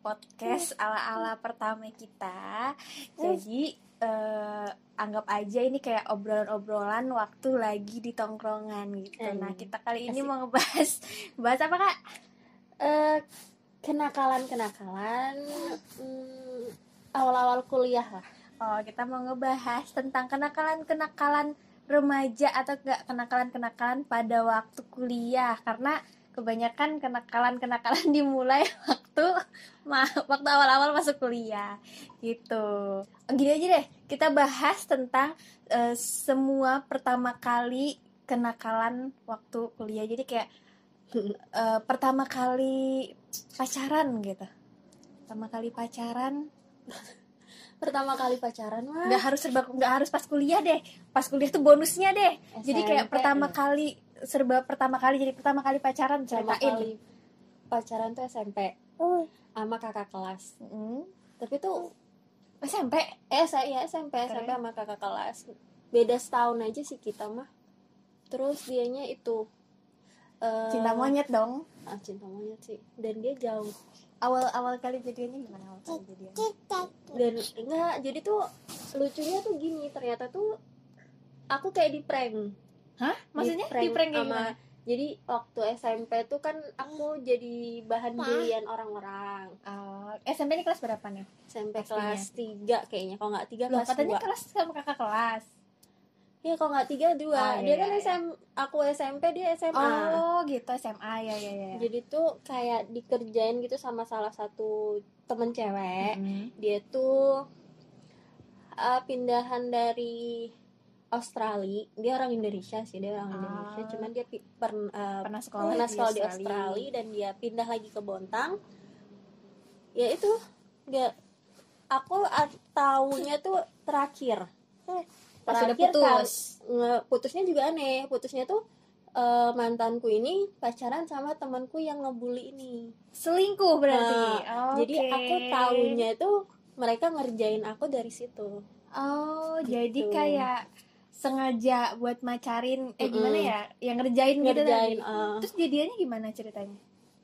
podcast ala-ala pertama kita. Jadi anggap aja ini kayak obrolan-obrolan waktu lagi di tongkrongan gitu. Nah, kita kali ini mau bahas apa, Kak? Kenakalan awal-awal kuliah lah. Oh, kita mau ngebahas tentang kenakalan remaja atau enggak kenakalan pada waktu kuliah, karena kebanyakan kenakalan dimulai waktu awal-awal masuk kuliah gitu. Gini aja deh, kita bahas tentang semua pertama kali kenakalan waktu kuliah. Jadi kayak pertama kali pacaran gitu. Pertama kali pacaran mah nggak harus pas kuliah deh. Pas kuliah tuh bonusnya deh. SMP, jadi kayak pertama kali jadi pertama kali pacaran, ceritain. Pacaran tuh SMP sama kakak kelas. Tapi tuh SMP SMP sama kakak kelas. Beda setahun aja sih kita mah. Terus dianya itu cinta monyet dong. Cinta monyet sih. Dan dia jauh. Awal kali jadiannya gimana Dan enggak, jadi tuh lucunya tuh gini, ternyata tuh aku kayak di prank. Hah? Maksudnya di prank sama, jadi waktu SMP tuh kan aku jadi bahan bulian orang-orang. SMP ini kelas berapa nih? SMP kelas 3 kayaknya, kalau nggak 3 kelas 2. Katanya kelas sama kakak kelas. Ya kalau nggak 3, 2. Dia kan aku SMP, dia SMA. Oh gitu, SMA ya. Jadi tuh kayak dikerjain gitu sama salah satu temen cewek. Dia tuh pindahan dari Australia. Dia orang Indonesia sih, Indonesia. Cuman dia pernah sekolah di Australia dan dia pindah lagi ke Bontang. Ya itu nggak, aku taunya tuh terakhir putus. Putusnya juga aneh. Putusnya tuh mantanku ini pacaran sama temanku yang ngebully ini. Selingkuh berarti. Jadi aku taunya tuh mereka ngerjain aku dari situ. Gitu. Jadi kayak sengaja buat macarin gimana ya? Yang ngerjain gitu tadi. Terus jadiannya gimana ceritanya?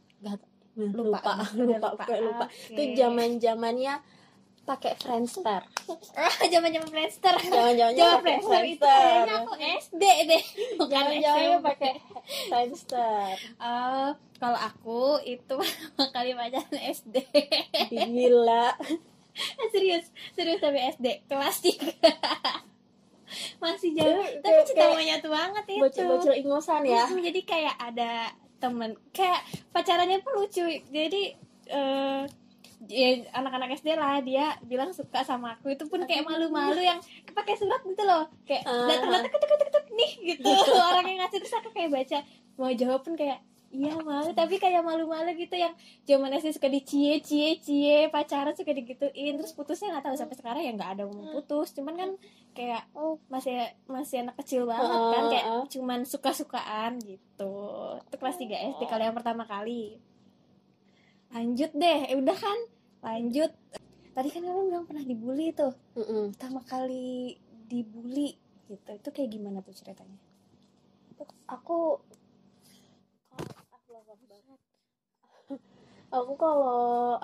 Lupa. Itu zaman-zamannya pakai Friendster. Zaman-zaman Friendster. Friendster itu kayaknya aku SD deh. Bukan zaman-zamannya pakai Friendster. Kalau aku itu pertama kali pacaran SD. Gila. Serius tapi SD kelas 3. Masih jauh, tapi cinta monyet banget itu. Bocil-bocil ingusan ya. Jadi kayak ada temen, kayak pacarannya pun lucu. Jadi ya, anak-anak SD lah, dia bilang suka sama aku. Itu pun kayak malu-malu yang pakai surat gitu loh, kayak datang ketuk nih gitu. Orang yang ngasih, terus aku kayak baca, mau jawab pun kayak iya malu, tapi kayak malu-malu gitu. Yang zaman SD suka cie, pacaran suka digituin, terus putusnya nggak tahu sampai sekarang ya nggak ada mau putus. Cuman kan kayak masih anak kecil banget kan, kayak cuman suka-sukaan gitu. Itu kelas 3 SD kalau yang pertama kali. Lanjut deh, udah kan? Lanjut. Tadi kan kamu bilang pernah dibully tuh. Pertama kali dibully gitu. Itu kayak gimana tuh ceritanya? Aku kalau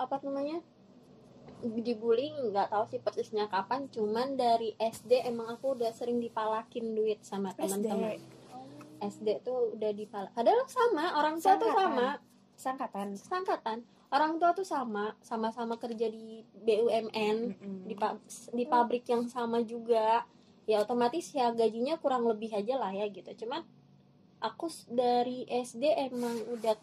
dibully nggak tahu sih persisnya kapan, cuman dari SD emang aku udah sering dipalakin duit sama teman-teman. SD tuh udah dipalak. Padahal sama, orang tua tuh sama. Sangkatan. Orang tua tuh sama-sama kerja di BUMN, di pabrik yang sama juga. Ya otomatis ya gajinya kurang lebih aja lah ya gitu. Cuman aku dari SD emang udah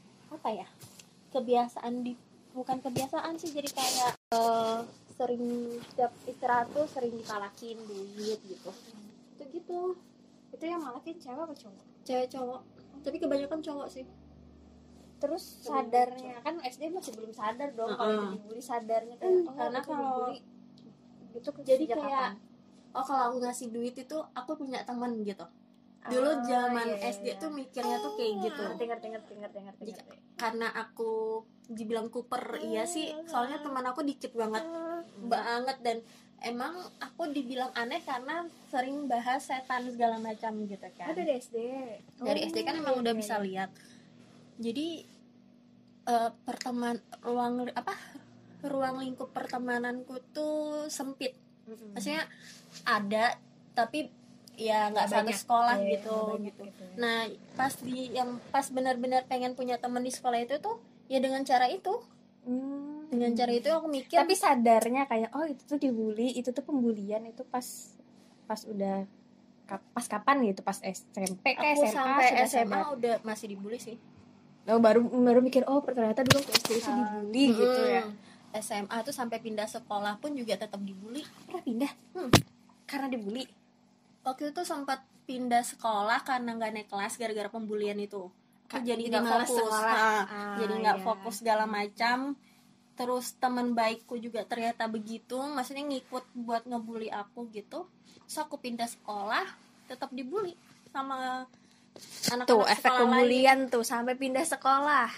bukan kebiasaan sih, jadi kayak sering setiap istirahat tuh sering dipalakin duit gitu. Itu gitu. Itu yang malakin cewek apa cowok? Cewek cowok. Tapi kebanyakan cowok sih. Terus sadarnya kan SD masih belum sadar dong kalau dibully, sadarnya kan karena kalau gitu jadi kayak kalau aku ngasih duit itu aku punya teman gitu. Dulu zaman SD tuh mikirnya tuh kayak gitu. Ngerti. Karena aku dibilang kuper, iya sih, soalnya teman aku dikit banget dan emang aku dibilang aneh karena sering bahas setan segala macam gitu kan. Dari SD. Dari SD kan emang udah bisa lihat. Jadi ruang lingkup pertemananku tuh sempit. Maksudnya ada tapi ya nggak satu sekolah gitu. Nah pas benar-benar pengen punya teman di sekolah itu tuh ya dengan cara itu. Dengan cara itu aku mikir. Tapi sadarnya kayak itu tuh dibully, itu tuh pembulian itu pas udah pas kapan gitu, pas SMP kayak aku SMA sampai sudah SMA sadar. udah masih dibully sih. Baru mikir ternyata dulu waktu SD itu dibully gitu ya. SMA tuh sampai pindah sekolah pun juga tetap dibully. Pernah pindah? Karena dibully. Waktu itu sempat pindah sekolah karena nggak naik kelas gara-gara pembulian itu. Jadi nggak fokus. Jadi nggak fokus segala macam. Terus teman baikku juga ternyata begitu, maksudnya ngikut buat ngebully aku gitu. So aku pindah sekolah, tetap dibully sama anak-anak tuh efek sekolah pembulian lain. tuh sampai pindah sekolah.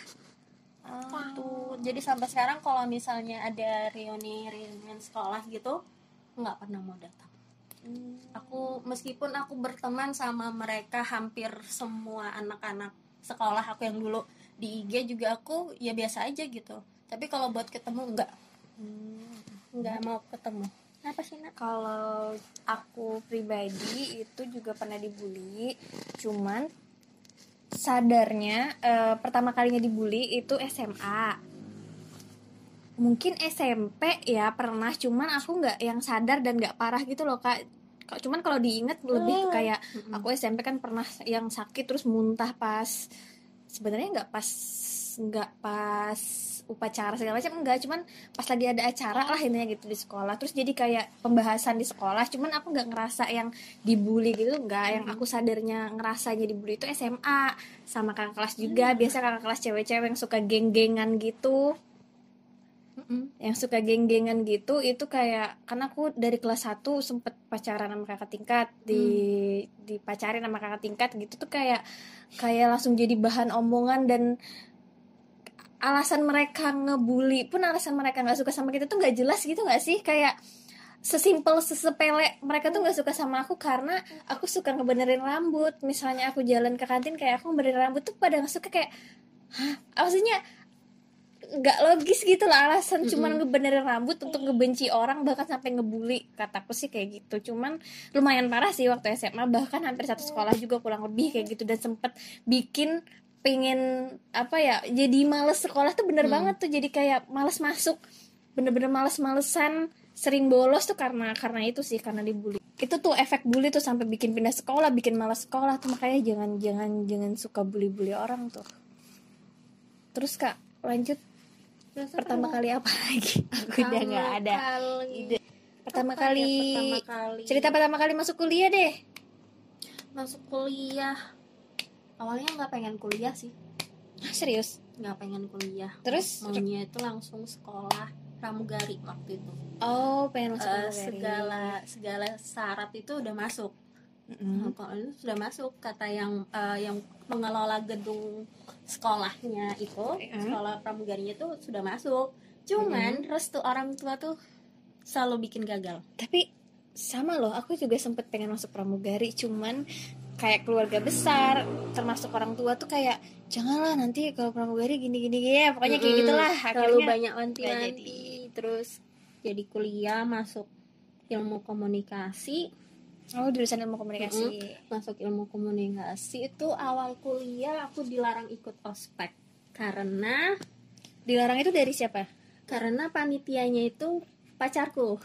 Tuh jadi sampai sekarang kalau misalnya ada reunian sekolah gitu nggak pernah mau datang. Aku meskipun aku berteman sama mereka hampir semua anak-anak sekolah aku yang dulu di IG juga aku ya biasa aja gitu. Tapi kalau buat ketemu nggak mau ketemu. Kenapa sih Nak? Kalau aku pribadi itu juga pernah dibully, cuman sadarnya pertama kalinya dibully itu SMA. Mungkin SMP ya pernah, cuman aku nggak yang sadar dan nggak parah gitu loh Kak. Cuman kalau diingat lebih kayak aku SMP kan pernah yang sakit terus muntah pas sebenarnya nggak pas upacara segala macam, enggak, cuman pas lagi ada acara lah intinya gitu di sekolah. Terus jadi kayak pembahasan di sekolah, cuman aku nggak ngerasa yang dibully gitu, enggak. Yang aku sadarnya ngerasanya dibully itu SMA sama kakak kelas juga. Biasa kakak kelas cewek-cewek yang suka geng-gengan gitu. Yang suka geng-gengan gitu itu kayak karena aku dari kelas 1 sempet pacaran sama kakak tingkat, dipacarin sama kakak tingkat gitu tuh kayak langsung jadi bahan omongan. Dan alasan mereka ngebully pun alasan mereka nggak suka sama kita tuh nggak jelas gitu nggak sih? Kayak sesepele mereka tuh nggak suka sama aku karena aku suka ngebenerin rambut. Misalnya aku jalan ke kantin kayak aku ngebenerin rambut tuh pada nggak suka, kayak maksudnya nggak logis gitu lah alasan cuman ngebenerin rambut untuk ngebenci orang, bahkan sampai ngebully. Kataku sih kayak gitu. Cuman lumayan parah sih waktu SMA, bahkan hampir satu sekolah juga kurang lebih kayak gitu, dan sempet bikin pengen jadi males sekolah tuh bener banget tuh. Jadi kayak males masuk, bener-bener males-malesan, sering bolos tuh karena itu sih, karena dibully. Itu tuh efek bully tuh sampai bikin pindah sekolah, bikin malas sekolah tuh. Makanya jangan suka bully orang tuh. Terus Kak lanjut, pertama kali apa lagi? Aku udah nggak ada ide. Pertama kali cerita pertama kali masuk kuliah deh. Masuk kuliah awalnya nggak pengen kuliah sih. Serius? Nggak pengen kuliah. Terus maunya itu langsung sekolah pramugari waktu itu. Pengen masuk pramugari. Segala syarat itu udah masuk. Kalau itu sudah masuk, kata yang mengelola gedung sekolahnya itu, sekolah pramugarinya itu sudah masuk. Cuman restu orang tua tuh selalu bikin gagal. Tapi sama loh, aku juga sempet pengen masuk pramugari, cuman kayak keluarga besar termasuk orang tua tuh kayak janganlah nanti kalau pramugari gini ya, pokoknya kayak gitulah. Terlalu banyak wanti-wanti. Terus jadi kuliah masuk ilmu komunikasi. Jurusan ilmu komunikasi. Masuk ilmu komunikasi itu awal kuliah aku dilarang ikut ospek. Karena dilarang itu dari siapa? Karena panitianya itu pacarku.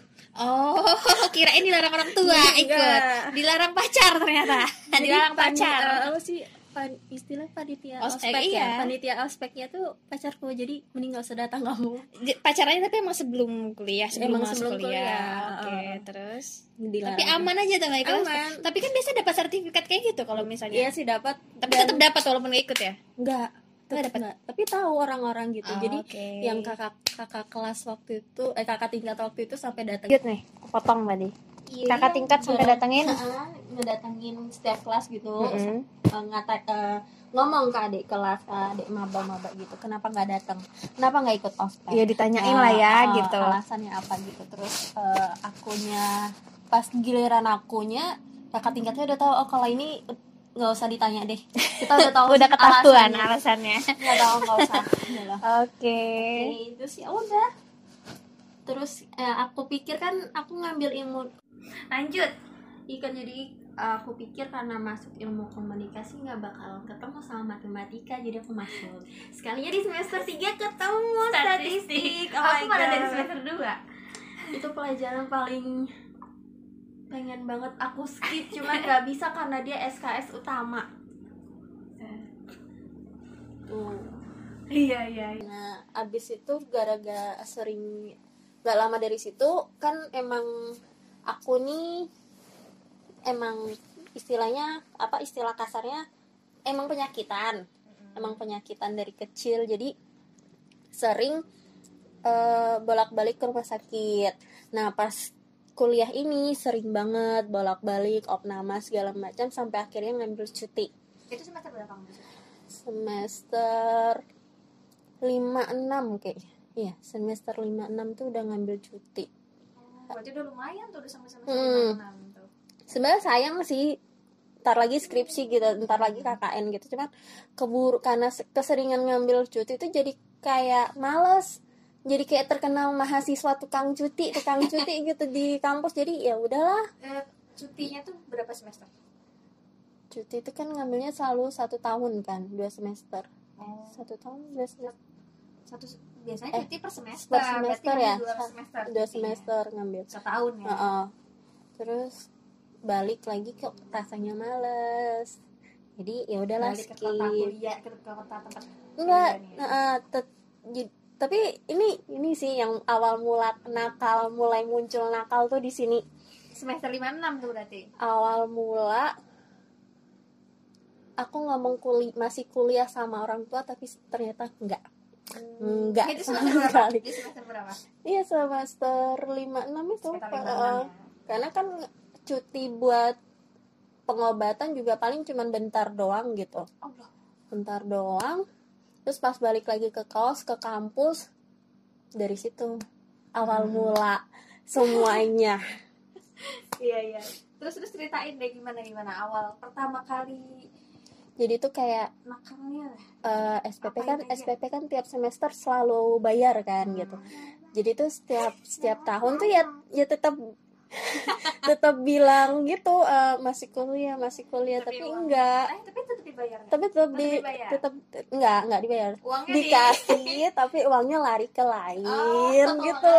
Kirain dilarang orang tua ikut. Dilarang pacar ternyata. Dilarang pacar. Apa sih istilah panitia ospek ya? Panitia ospeknya tuh pacarku, jadi mending gak usah datang kamu. Pacarannya tapi emang sebelum kuliah, sebelum kuliah. Oke, terus dilarang. Tapi aman aja tuh ikut. Aman. Tapi kan biasa dapat sertifikat kayak gitu kalau misalnya. Iya sih dapat. Tapi tetap dapat walaupun gak ikut ya? Enggak dapat. Tapi tahu orang-orang gitu. Jadi yang kakak kelas waktu itu kakak tingkat waktu itu sampai datang. Lihat nih, potong tadi. Iya, kakak tingkat sampai datengin ngedatengin setiap kelas gitu. Ngomong ke adik kelas, adik maba gitu, kenapa nggak datang, kenapa nggak ikut ospek, ya ditanyain lah ya gitu, alasannya apa gitu. Terus akunya pas giliran akunya kakak tingkatnya udah tahu, kalau ini nggak usah ditanya deh, kita udah tahu. Udah ketahuan alasannya. Nggak usah. Oke. Terus ya udah Terus aku pikir kan aku ngambil ilmu, Lanjut. ikan, jadi aku pikir karena masuk ilmu komunikasi nggak bakal ketemu sama matematika, jadi aku masuk. Sekalinya di semester 3 ketemu statistik. Oh Aku my malah God. dari semester 2. Itu pelajaran paling pengen banget aku skip, cuman nggak bisa karena dia SKS utama tuh. Iya. Nah abis itu gara-gara sering, gak lama dari situ kan emang aku nih emang istilahnya apa, istilah kasarnya emang penyakitan, emang penyakitan dari kecil, jadi sering bolak-balik ke rumah sakit. Nah pas kuliah ini sering banget bolak-balik opname segala macam sampai akhirnya ngambil cuti. Itu semester berapa kamu? Semester 5-6 kayaknya. Iya, semester 5-6 tuh udah ngambil cuti. Berarti udah lumayan tuh, udah sampai semester 5-6 tuh. Sebenarnya sayang sih, ntar lagi skripsi gitu, ntar lagi KKN gitu. Cuman keburu karena keseringan ngambil cuti itu jadi kayak males. Jadi kayak terkenal mahasiswa tukang cuti gitu di kampus. Jadi ya udahlah. Cutinya tuh berapa semester? Cuti itu kan ngambilnya selalu 1 tahun kan, 2 semester. 1 tahun 2 semester. Biasanya cuti per semester. Per semester ya. 2 semester ngambil. Setahun ya. Terus balik lagi kok rasanya males. Jadi ya udahlah balik skip. ke kota kuliah, ke kota tempat. Enggak, tapi ini sih yang awal mulai muncul nakal tuh di sini. Semester 5-6 tuh berarti. Awal mula aku ngomong masih kuliah sama orang tua, tapi ternyata enggak. Itu semester berapa? Kali. Di semester berapa? Iya, semester 5-6 itu. Ya. Karena kan cuti buat pengobatan juga paling cuman bentar doang gitu. Allah. Bentar doang. Terus pas balik lagi ke kos, ke kampus, dari situ awal mula semuanya. Iya. Terus ceritain deh gimana awal pertama kali. Jadi tuh kayak nakalnya SPP kan tiap semester selalu bayar kan gitu. Jadi tuh setiap tahun tuh ya tetap bilang gitu, masih kuliah tapi enggak. Tapi tetap dibayar. Tapi tetap enggak dibayar. Uangnya dikasih tapi uangnya lari ke lain gitu.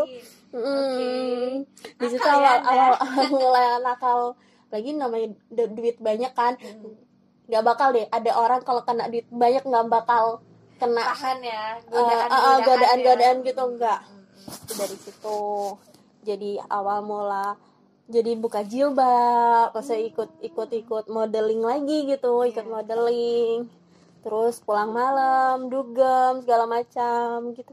Di situ awal mulai nakal lagi, namanya duit banyak kan. Nggak bakal deh ada orang kalau kena duit banyak nggak bakal kena tahan ya godaan gitu, enggak. Dari situ jadi awal mula jadi buka jilbab, masa ikut modeling lagi gitu, ikut modeling, terus pulang malam dugem segala macam gitu.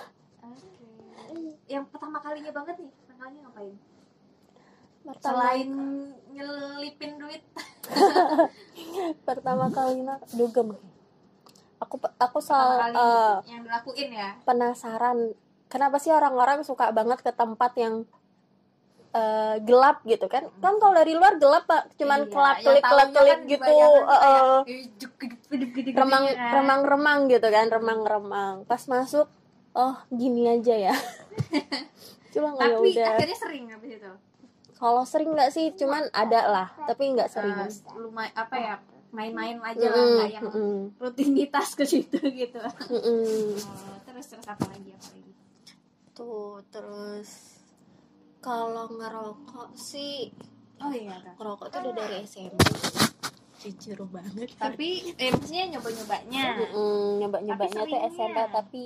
Yang pertama kalinya banget nih, nakalnya ngapain? Selain nyelipin duit. Pertama kali dugem. Aku yang dilakuin ya. Penasaran kenapa sih orang-orang suka banget ke tempat yang gelap gitu kan? Kan kalau dari luar gelap Pak, cuman kelap-kelip gitu. Remang-remang gitu kan, remang-remang. Pas masuk, oh gini aja ya. Cuma nggak, tapi udah. Akhirnya sering habis itu. Kalau sering nggak sih, cuman ada lah, tapi nggak sering. Lumayan apa ya, main-main aja lah, nggak yang rutinitas ke situ gitu. Terus apa lagi? Tuh, terus kalau ngerokok sih, ngerokok tuh udah dari SMP, jujur banget. Tapi maksudnya nyoba-nyobanya tuh SMP, tapi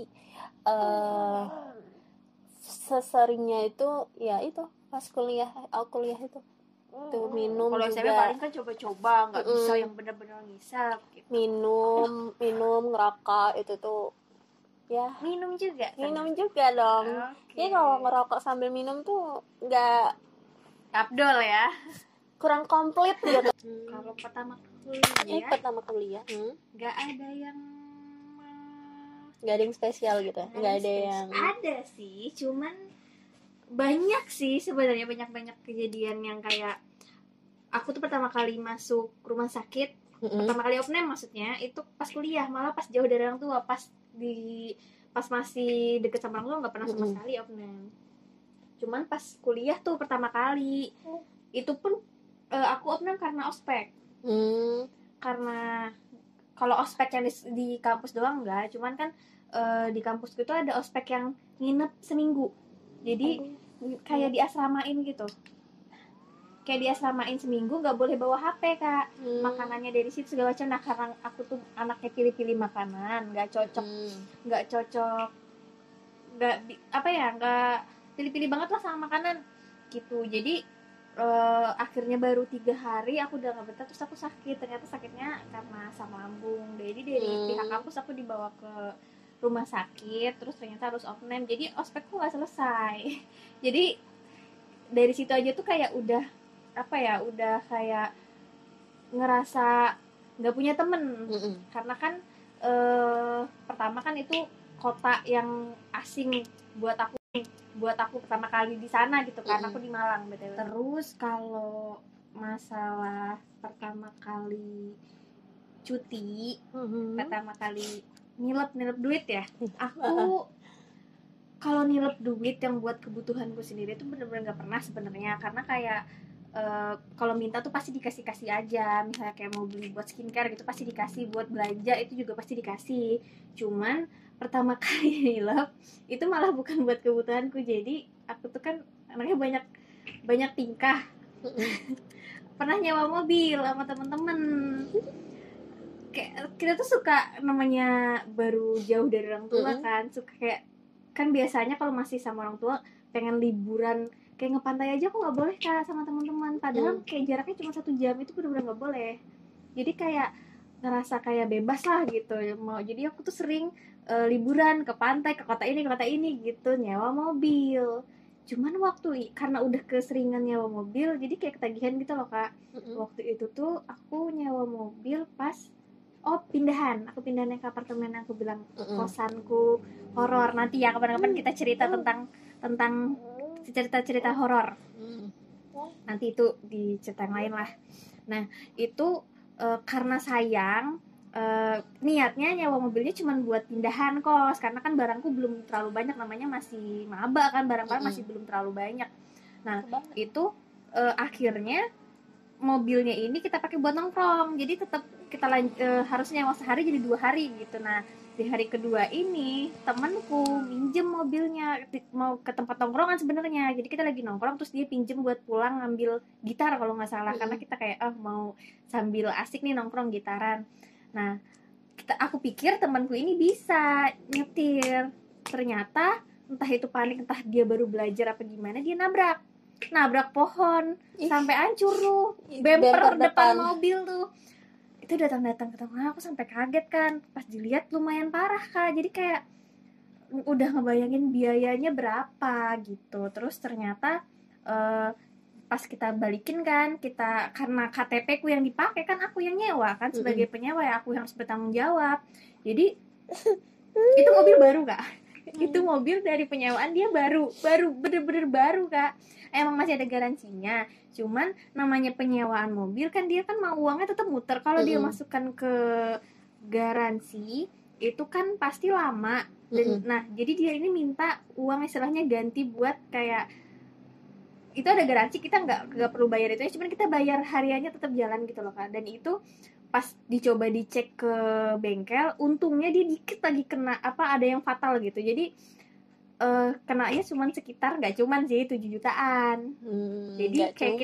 seseringnya itu ya itu pas kuliah itu tuh minum. Kalau SMP paling kan coba-coba, nggak bisa yang benar-benar ngisap gitu. minum ngerokok itu tuh ya minum juga dong. Ya kalau ngerokok sambil minum tuh nggak abdol ya, kurang komplit gitu. Kalau pertama kuliah nggak ada yang spesial gitu, nggak ada yang ada sih, cuman banyak sih sebenarnya, banyak kejadian yang kayak aku tuh pertama kali masuk rumah sakit, pertama kali opname maksudnya itu pas kuliah, malah pas jauh dari orang tua, pas di pas masih deket sama orang tua nggak pernah sama sekali opname. Cuman pas kuliah tuh pertama kali itu pun aku opname karena ospek. Karena kalau ospek yang di kampus doang enggak, cuman kan di kampus itu ada ospek yang nginep seminggu. Jadi kayak diasramain gitu. Kayak diasramain seminggu, nggak boleh bawa HP kak. Makanannya dari situ segala macam. Nah karena aku tuh anaknya pilih-pilih makanan, nggak cocok, nggak nggak pilih-pilih banget lah sama makanan gitu. Jadi akhirnya baru 3 hari aku udah nggak betah, terus aku sakit. Ternyata sakitnya karena asam lambung. Jadi dari pihak kampus aku dibawa ke rumah sakit, terus ternyata harus opname. Jadi ospekku nggak selesai. Jadi dari situ aja tuh kayak udah kayak ngerasa nggak punya temen. Karena kan pertama kan itu kota yang asing buat aku pertama kali di sana gitu kan. Aku di Malang betul. Terus kalau masalah pertama kali cuti, pertama kali nilep duit ya, aku kalau nilep duit yang buat kebutuhanku sendiri itu bener-bener nggak pernah sebenarnya. Karena kayak kalau minta tuh pasti dikasih aja. Misalnya kayak mau beli buat skincare gitu pasti dikasih, buat belanja itu juga pasti dikasih. Cuman pertama kali nilep itu malah bukan buat kebutuhanku. Jadi aku tuh kan anaknya banyak tingkah. Pernah nyewa mobil sama temen-temen. Kayak kita tuh suka, namanya baru jauh dari orang tua kan, suka kayak kan biasanya kalau masih sama orang tua pengen liburan kayak ngepantai aja, aku nggak boleh kak sama teman-teman. Padahal kayak jaraknya cuma 1 jam, itu benar-benar nggak boleh. Jadi kayak ngerasa kayak bebas lah gitu mau. Jadi aku tuh sering liburan ke pantai, ke kota ini gitu, nyewa mobil. Cuman karena udah keseringan nyewa mobil, jadi kayak ketagihan gitu loh kak. Waktu itu tuh aku nyewa mobil pas pindahan yang ke apartemen yang aku bilang kosanku horor. Nanti ya kapan-kapan kita cerita tentang cerita horor. Nanti itu di cerita yang lain lah. Nah itu karena sayang, niatnya nyewa mobilnya cuma buat pindahan kos, karena kan barangku belum terlalu banyak, namanya masih maba kan, barang-barang masih belum terlalu banyak. Nah itu akhirnya mobilnya ini kita pakai buat nongkrong, jadi tetap kita harusnya nyewa sehari jadi 2 hari gitu. Nah di hari kedua ini temanku minjem mobilnya mau ke tempat nongkrongan sebenarnya. Jadi kita lagi nongkrong terus dia pinjem buat pulang ngambil gitar kalau nggak salah, karena kita kayak mau sambil asik nih nongkrong gitaran. Nah aku pikir temanku ini bisa nyetir, ternyata entah itu panik, entah dia baru belajar apa gimana, dia nabrak pohon sampai hancur tuh bemper depan mobil tuh. Itu datang ke teman aku sampai kaget kan, pas dilihat lumayan parah kak. Jadi kayak udah ngebayangin biayanya berapa gitu. Terus ternyata pas kita balikin kan, karena KTP ku yang dipakai kan, aku yang nyewa kan, sebagai penyewa ya aku yang harus bertanggung jawab. Jadi itu mobil baru kak. Itu mobil dari penyewaan dia baru bener-bener baru kak. Emang masih ada garansinya, cuman namanya penyewaan mobil kan dia kan mau uangnya tetap muter. Kalau dia masukkan ke garansi itu kan pasti lama. Dan nah jadi dia ini minta uang istilahnya ganti buat kayak itu ada garansi, kita nggak perlu bayar itu ya, cuman kita bayar hariannya tetap jalan gitu loh kan. Dan itu pas dicoba dicek ke bengkel, untungnya dia dikit lagi kena ada yang fatal gitu. Jadi kenanya cuman sekitar, nggak cuman sih 7 jutaan. Jadi kayak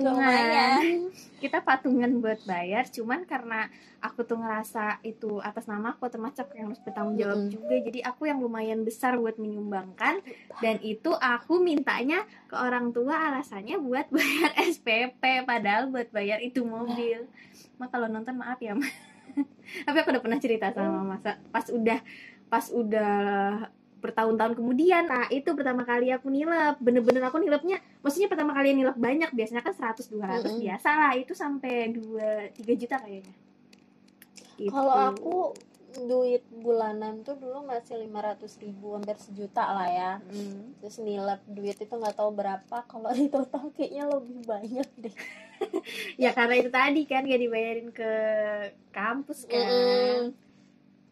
kita patungan buat bayar. Cuman karena aku tuh ngerasa itu atas nama aku termasuk yang harus bertanggung jawab juga, jadi aku yang lumayan besar buat menyumbangkan. Dan itu aku mintanya ke orang tua alasannya buat bayar SPP, padahal buat bayar itu mobil. Kalau nonton maaf ya Ma. Tapi aku udah pernah cerita sama Masa pas udah bertahun-tahun kemudian. Nah itu pertama kali aku nilep, bener-bener aku nilepnya, maksudnya pertama kali nilep banyak, biasanya kan 100-200 biasa lah, itu sampai 2-3 juta kayaknya gitu. Kalau aku duit bulanan tuh dulu masih 500.000, hampir 1 juta lah ya. Terus nilep duit itu nggak tahu berapa, kalau di total kayaknya lebih banyak deh. Ya karena itu tadi kan gak dibayarin ke kampus kan.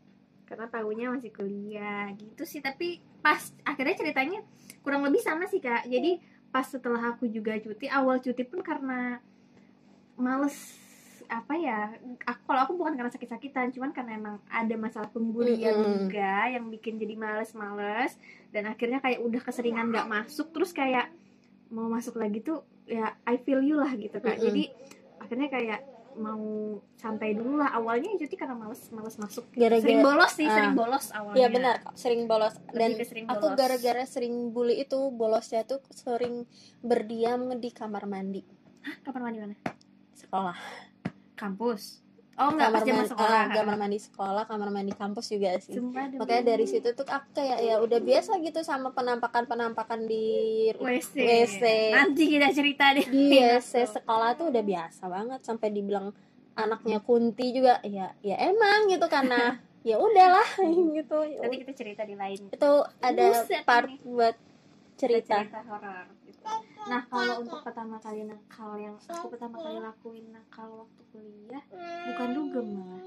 karena tahunya masih kuliah gitu sih. Tapi pas akhirnya ceritanya kurang lebih sama sih Kak. Jadi pas setelah aku juga cuti, awal cuti pun karena males kalau aku bukan karena sakit-sakitan, cuman karena emang ada masalah pembulian juga yang bikin jadi males dan akhirnya kayak udah keseringan nggak masuk, terus kayak mau masuk lagi tuh ya I feel you lah gitu Kak. Jadi akhirnya kayak mau santai dulu lah. Awalnya cuti karena males masuk, sering bolos sih, sering bolos awalnya. Iya benar, sering bolos. Dan sering aku gara-gara sering bully itu, bolosnya tuh sering berdiam di kamar mandi. Hah, kamar mandi mana? Sekolah, kampus. Oh enggak, pas zaman sekolah. Kamar mandi sekolah, kamar mandi kampus juga sih. Sumpah, makanya dari situ tuh aku kayak ya udah biasa gitu sama penampakan di WC. Nanti kita cerita deh. Di WC sekolah tuh udah biasa banget, sampai dibilang anaknya Kunti juga. Ya emang gitu, karena ya udahlah gitu. Nanti kita cerita di lain. Itu ada part buat cerita horor gitu. Nah, kalau untuk pertama kali nakal yang aku pertama kali lakuin nakal waktu kuliah, bukan dugem malah.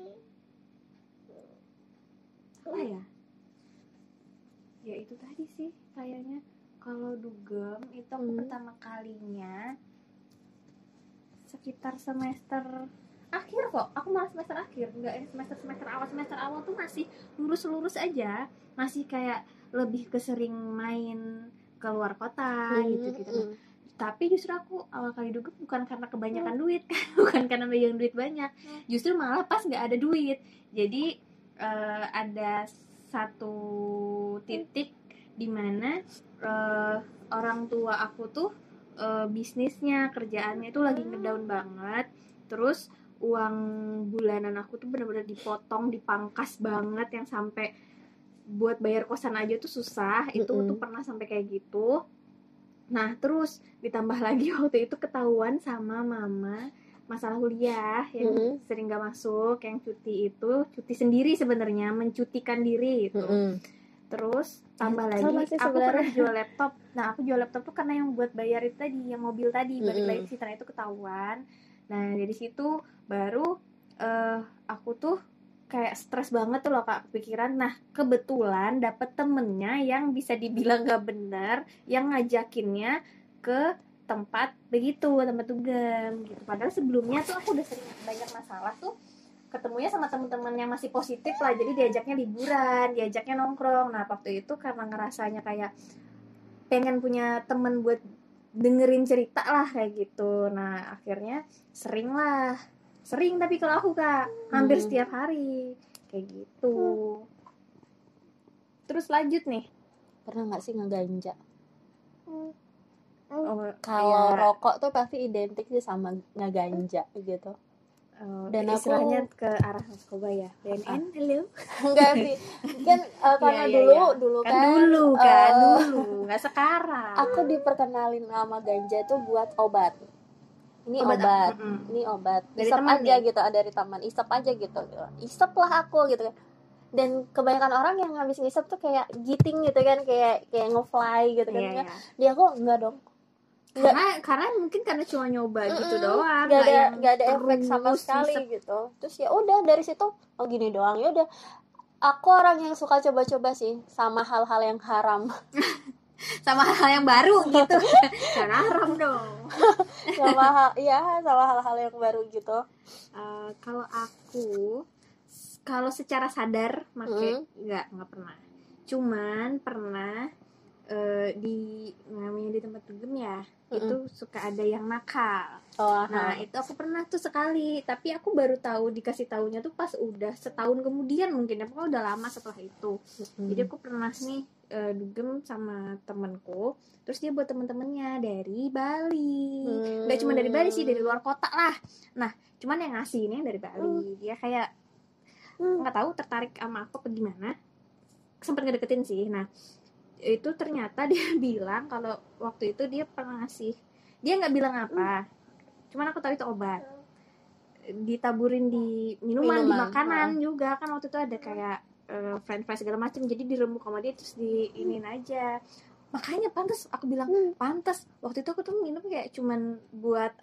Apa ya? Ya itu tadi sih kayaknya. Kalau dugem itu aku pertama kalinya sekitar semester akhir kok. Aku malah semester akhir, enggak semester awal tuh masih lurus aja, masih kayak lebih ke sering main keluar kota gitu. Tapi justru aku awal kali dugem bukan karena kebanyakan duit kan, bukan karena megang duit banyak, justru malah pas nggak ada duit. Jadi ada satu titik di mana orang tua aku tuh bisnisnya, kerjaannya itu lagi ngedown banget. Terus uang bulanan aku tuh benar-benar dipotong, dipangkas banget, yang sampai buat bayar kosan aja tuh susah. Itu tuh pernah sampai kayak gitu. Nah terus ditambah lagi waktu itu ketahuan sama mama masalah kuliah yang sering gak masuk, yang cuti sendiri sebenarnya, mencutikan diri itu. Terus tambah lagi aku pernah jual laptop. Nah aku jual laptop tuh karena yang buat bayar itu tadi, yang mobil tadi, balik lagi sih, karena itu ketahuan. Nah dari situ baru aku tuh kayak stres banget tuh loh Kak, kepikiran. Nah kebetulan dapet temennya yang bisa dibilang gak bener, yang ngajakinnya ke tempat dugem gitu. Padahal sebelumnya tuh aku udah sering banyak masalah tuh ketemunya sama temen-temen yang masih positif lah, jadi diajaknya liburan, diajaknya nongkrong. Nah waktu itu karena ngerasanya kayak pengen punya temen buat dengerin cerita lah kayak gitu. Nah akhirnya sering tapi kalau aku Kak hampir setiap hari kayak gitu. Terus lanjut nih, pernah nggak sih ngeganja? Kalau rokok tuh pasti identik sih sama ngeganja gitu. Dan istilahnya ke arah narkoba ya, BNN, hello. Enggak sih, kan karena dulu nggak sekarang. Aku diperkenalin nama ganja tuh buat obat. Ini obat. Isep aja gitu, dari teman. Isep aja gitu. Isep lah aku gitu kan. Dan kebanyakan orang yang habis ngisep tuh kayak giting gitu kan, kayak nge-fly gitu kan. Dia kok enggak dong. Karena mungkin karena cuma nyoba gitu doang, nggak ada efek sama sekali gitu. Terus ya udah dari situ gini doang. Ya udah, aku orang yang suka coba-coba sih sama hal-hal yang haram. Sama hal-hal yang baru gitu. Jangan haram dong. sama hal-hal yang baru gitu. Kalau secara sadar make nggak pernah. Cuman pernah namanya di tempat dugem ya, itu suka ada yang nakal. Nah itu aku pernah tuh sekali, tapi aku baru tahu, dikasih tahunya tuh pas udah setahun kemudian mungkin ya, pokoknya udah lama setelah itu. Jadi aku pernah nih dugem sama temenku, terus dia buat temen-temennya dari Bali. Nggak cuma dari Bali sih, dari luar kota lah. Nah cuman yang ngasih ini dari Bali. Dia kayak nggak tahu tertarik sama aku apa gimana, sempet ngedeketin sih. Nah itu ternyata dia bilang kalau waktu itu dia pernah ngasih, dia nggak bilang apa, cuman aku tahu itu obat, ditaburin di minuman. Di makanan juga kan waktu itu ada kayak french fries segala macam, jadi dirembuk sama dia terus diinin aja. Makanya pantas aku bilang pantas waktu itu aku tuh minum kayak cuman buat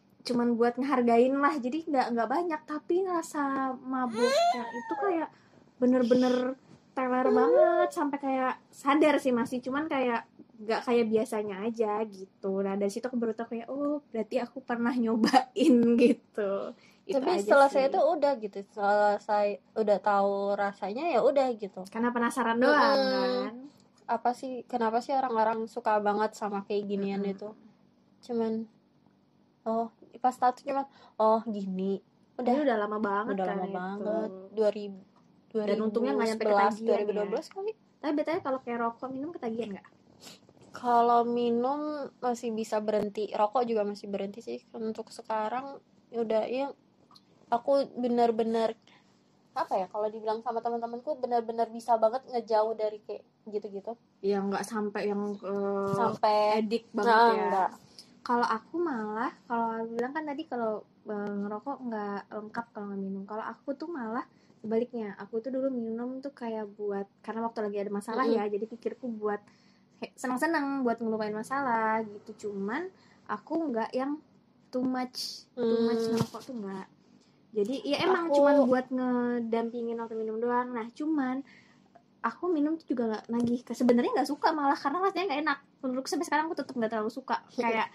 ngehargain lah, jadi nggak banyak, tapi rasa mabuknya itu kayak bener-bener teler banget sampai kayak sadar sih masih, cuman kayak nggak kayak biasanya aja gitu. Nah dari situ aku baru tahu kayak oh berarti aku pernah nyobain gitu. Itu Tapi aja setelah sih. saya itu udah gitu, setelah saya udah tahu rasanya ya udah gitu. Karena penasaran doang kan. Apa sih, kenapa sih orang-orang suka banget sama kayak ginian itu? Cuman oh pas tahu cuman oh gini. Udah lama banget Udah kan lama itu. banget. 2000 Dan untungnya nggak nyampe ketagihan 2012 kali. Tapi betulnya kalau kayak rokok minum ketagihan nggak? Kalau minum masih bisa berhenti, rokok juga masih berhenti sih. Untuk sekarang udah ya aku benar-benar apa ya, kalau dibilang sama teman-temanku benar-benar bisa banget ngejauh dari kayak gitu-gitu. Ya nggak sampai yang sampai edik banget ya. Enggak. Kalau aku malah, kalau bilang kan tadi kalau ngerokok nggak lengkap kalau nggak minum. Kalau aku tuh malah sebaliknya, aku tuh dulu minum tuh kayak buat karena waktu lagi ada masalah ya, jadi pikirku buat senang-senang buat ngelupain masalah gitu. Cuman aku nggak yang too much ngerokok tuh nggak. Jadi ya emang cuman buat ngedampingin waktu minum doang. Nah cuman aku minum tuh juga nggak nagih. Sebenarnya nggak suka malah karena rasanya nggak enak. Menurutku sampai sekarang aku tetap nggak terlalu suka. Kayak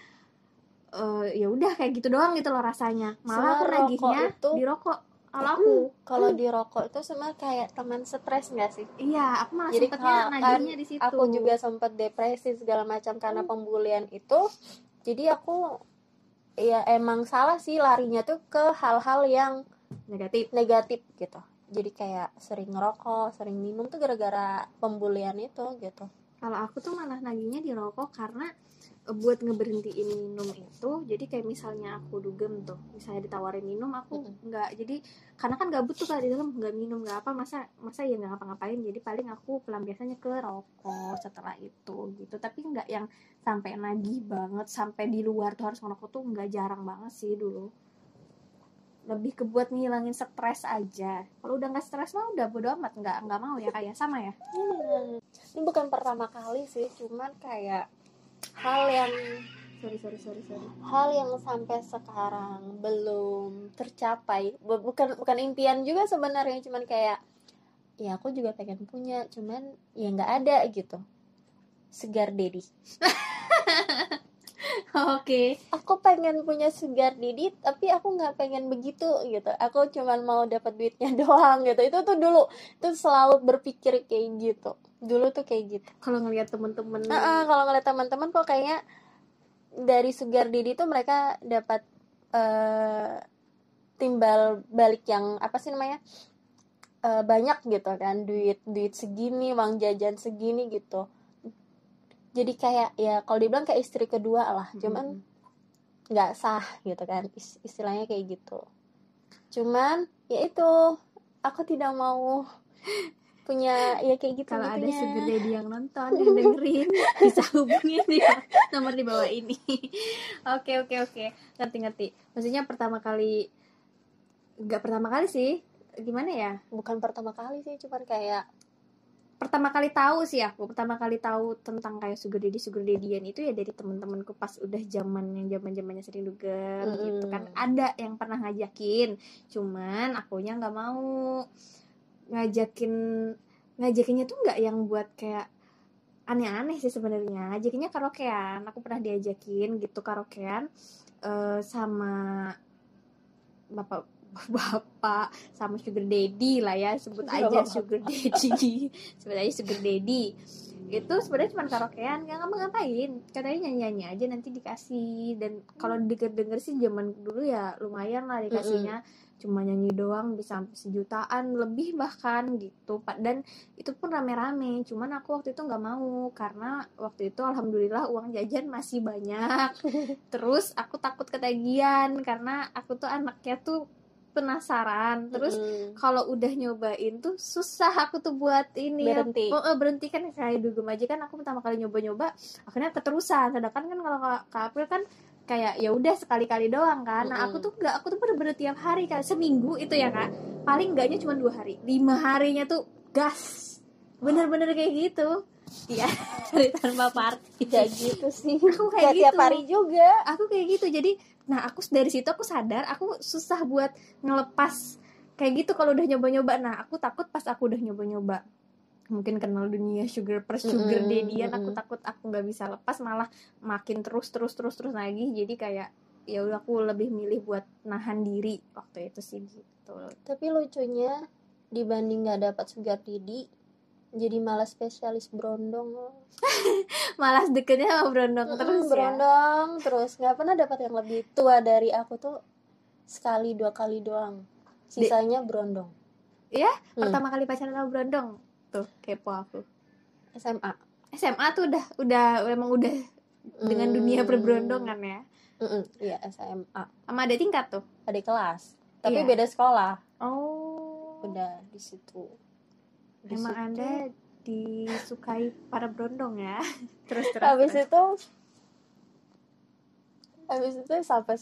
ya udah kayak gitu doang gitu loh rasanya. Malah aku nagihnya di rokok. Kalau di rokok itu sama kayak teman stres nggak sih? Iya, aku malah sempetnya nagihnya di situ. Aku juga sempat depresi segala macam karena pembulian itu. Jadi aku ya emang salah sih larinya tuh ke hal-hal yang negatif gitu. Jadi kayak sering ngerokok, sering minum tuh gara-gara pembulian itu gitu. Kalau aku tuh malah nagihnya di rokok karena buat ngeberhentiin minum itu. Jadi kayak misalnya aku dugem tuh, misalnya ditawarin minum aku nggak, jadi karena kan gabut tuh kalau di dalam nggak minum nggak apa, masa ya nggak ngapa-ngapain. Jadi paling aku pelampiasannya ke rokok setelah itu gitu. Tapi nggak yang sampai nagih banget sampai di luar tuh harus ngerokok tuh, nggak, jarang banget sih dulu. Lebih ke buat ngilangin stres aja. Kalau udah nggak stres mah udah bodo amat, nggak mau ya kayak sama ya. Ini bukan pertama kali sih, cuman kayak hal yang hal yang sampai sekarang belum tercapai. Bukan impian juga sebenarnya, cuman kayak ya aku juga pengen punya, cuman ya nggak ada gitu. Sugar daddy. Oke. Aku pengen punya sugar daddy, tapi aku nggak pengen begitu gitu. Aku cuman mau dapat duitnya doang gitu. Itu tuh dulu tuh selalu berpikir kayak gitu. Dulu tuh kayak gitu. Kalau ngelihat temen-temen. Kalau ngelihat teman-teman kok kayaknya dari sugar daddy tuh mereka dapat timbal balik yang apa sih namanya, banyak gitu kan, duit segini, uang jajan segini gitu. Jadi kayak ya kalau dibilang kayak istri kedua lah, cuman nggak sah gitu kan, istilahnya kayak gitu. Cuman ya itu aku tidak mau punya ya kayak gitu. Kalau ada sugar daddy yang nonton, yang dengerin, bisa hubungin ya nomor di bawah ini. Oke, ngerti. Maksudnya pertama kali, nggak pertama kali sih, gimana ya? Bukan pertama kali sih, cuman kayak pertama kali tahu sih aku. Pertama kali tahu tentang kayak sugar daddyan itu ya dari teman-temanku pas udah zamannya sering dugem gitu kan. Ada yang pernah ngajakin, cuman akunya nggak mau. Ngajakinnya tuh nggak yang buat kayak aneh-aneh sih sebenarnya. Ngajakinnya karaokean. Aku pernah diajakin gitu karaokean sama bapak sama sugar daddy lah ya, sebut aja sugar daddy. Itu sebenarnya cuma karaokean, nggak ngapain, katanya nyanyi aja nanti dikasih. Dan kalau denger sih zaman dulu ya lumayan lah dikasihnya. Cuma nyanyi doang bisa sampai 1 jutaan lebih bahkan gitu. Dan itu pun rame-rame. Cuman aku waktu itu nggak mau karena waktu itu alhamdulillah uang jajan masih banyak. Terus aku takut ketagihan karena aku tuh anaknya tuh penasaran. Terus kalau udah nyobain tuh susah aku tuh buat ini berhenti kan. Kayak dugem aja kan aku pertama kali nyoba akhirnya keterusan. Sedangkan kan kalau Kak April kan kayak ya udah sekali-kali doang kan. Nah aku tuh bener-bener tiap hari, kayak seminggu itu ya Kak, paling enggaknya cuma 2 hari, 5 harinya tuh gas, bener-bener kayak gitu. Iya, dari tanpa party. Kayak gitu sih. Aku kayak gitu. Tiap hari juga. Aku kayak gitu. Jadi, nah aku dari situ aku sadar aku susah buat ngelepas kayak gitu kalau udah nyoba-nyoba. Nah aku takut pas aku udah nyoba-nyoba mungkin kenal dunia sugar daddy-an, aku takut aku nggak bisa lepas, malah makin terus lagi. Jadi kayak ya udah aku lebih milih buat nahan diri waktu itu sih gitu. Tapi lucunya dibanding nggak dapat sugar daddy, jadi malah spesialis berondong. Malas deketnya sama berondong terus berondong ya? Terus nggak pernah dapat yang lebih tua dari aku tuh, sekali 2 kali doang, sisanya berondong. Iya, pertama kali pacaran sama berondong tuh kepo aku. SMA tuh udah memang udah dengan dunia perberondongan ya. Iya, SMA. Sama adik tingkat tuh, adik kelas, tapi beda sekolah. Oh, udah di situ. Memang Anda disukai para berondong ya. terus habis itu sampai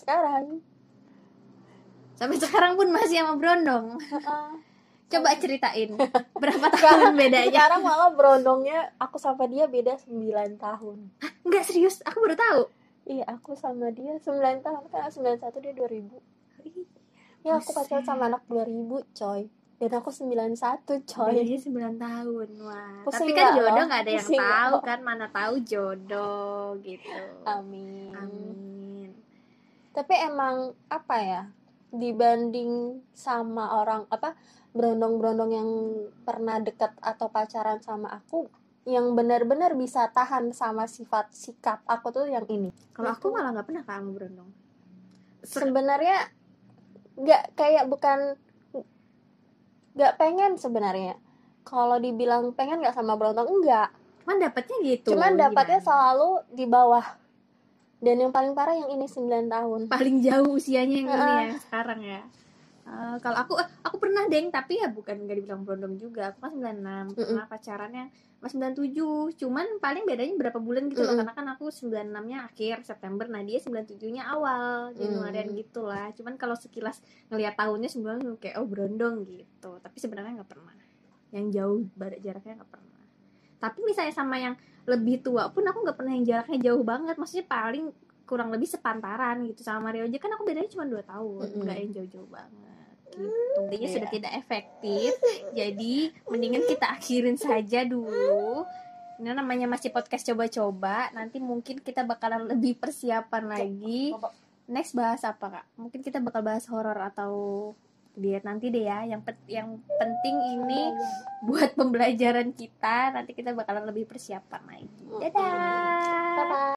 sekarang pun masih sama berondong. Coba ceritain berapa tahun bedanya. Sekarang malah berondongnya aku sama dia beda 9 tahun. Hah, enggak serius? Aku baru tahu. Iya, aku sama dia 9 tahun, kan 91, dia 2000. Ya, aku pacaran sama anak 2000, coy. Dan aku 91, coy. Bedanya 9 tahun, wah. Tapi kan jodoh gak ada yang tahu kan, mana tahu jodoh gitu. Amin. Tapi emang apa ya, dibanding sama orang berondong-berondong yang pernah dekat atau pacaran sama aku, yang benar-benar bisa tahan sama sifat sikap aku tuh yang ini. Kalau aku malah nggak pernah sama berondong. Sebenarnya nggak pengen sebenarnya. Kalau dibilang pengen nggak sama berondong, enggak. Cuman dapatnya gitu. Cuman dapatnya selalu di bawah. Dan yang paling parah yang ini 9 tahun. Paling jauh usianya yang ini ya sekarang ya. Kalau aku pernah deng, tapi ya bukan nggak dibilang berondong juga. Aku kan 96, pernah pacarannya pas 97. Cuman paling bedanya berapa bulan gitu loh, karena kan aku 96-nya akhir September, nah dia 97-nya awal Januarian gitu lah. Cuman kalau sekilas ngelihat tahunnya sebenarnya kayak berondong gitu. Tapi sebenarnya nggak pernah. Yang jauh jaraknya nggak pernah. Tapi misalnya sama yang lebih tua pun aku nggak pernah yang jaraknya jauh banget. Maksudnya paling kurang lebih sepantaran gitu. Sama Mario aja kan aku bedanya cuma 2 tahun, nggak yang jauh-jauh banget gitu. Intinya sudah tidak efektif. Jadi mendingan kita akhirin saja dulu. Ini namanya masih podcast coba-coba. Nanti mungkin kita bakalan lebih persiapan lagi. Next bahas apa Kak? Mungkin kita bakal bahas horor atau diet nanti deh ya. Yang penting ini buat pembelajaran kita. Nanti kita bakalan lebih persiapan lagi. Dadah. Bye-bye.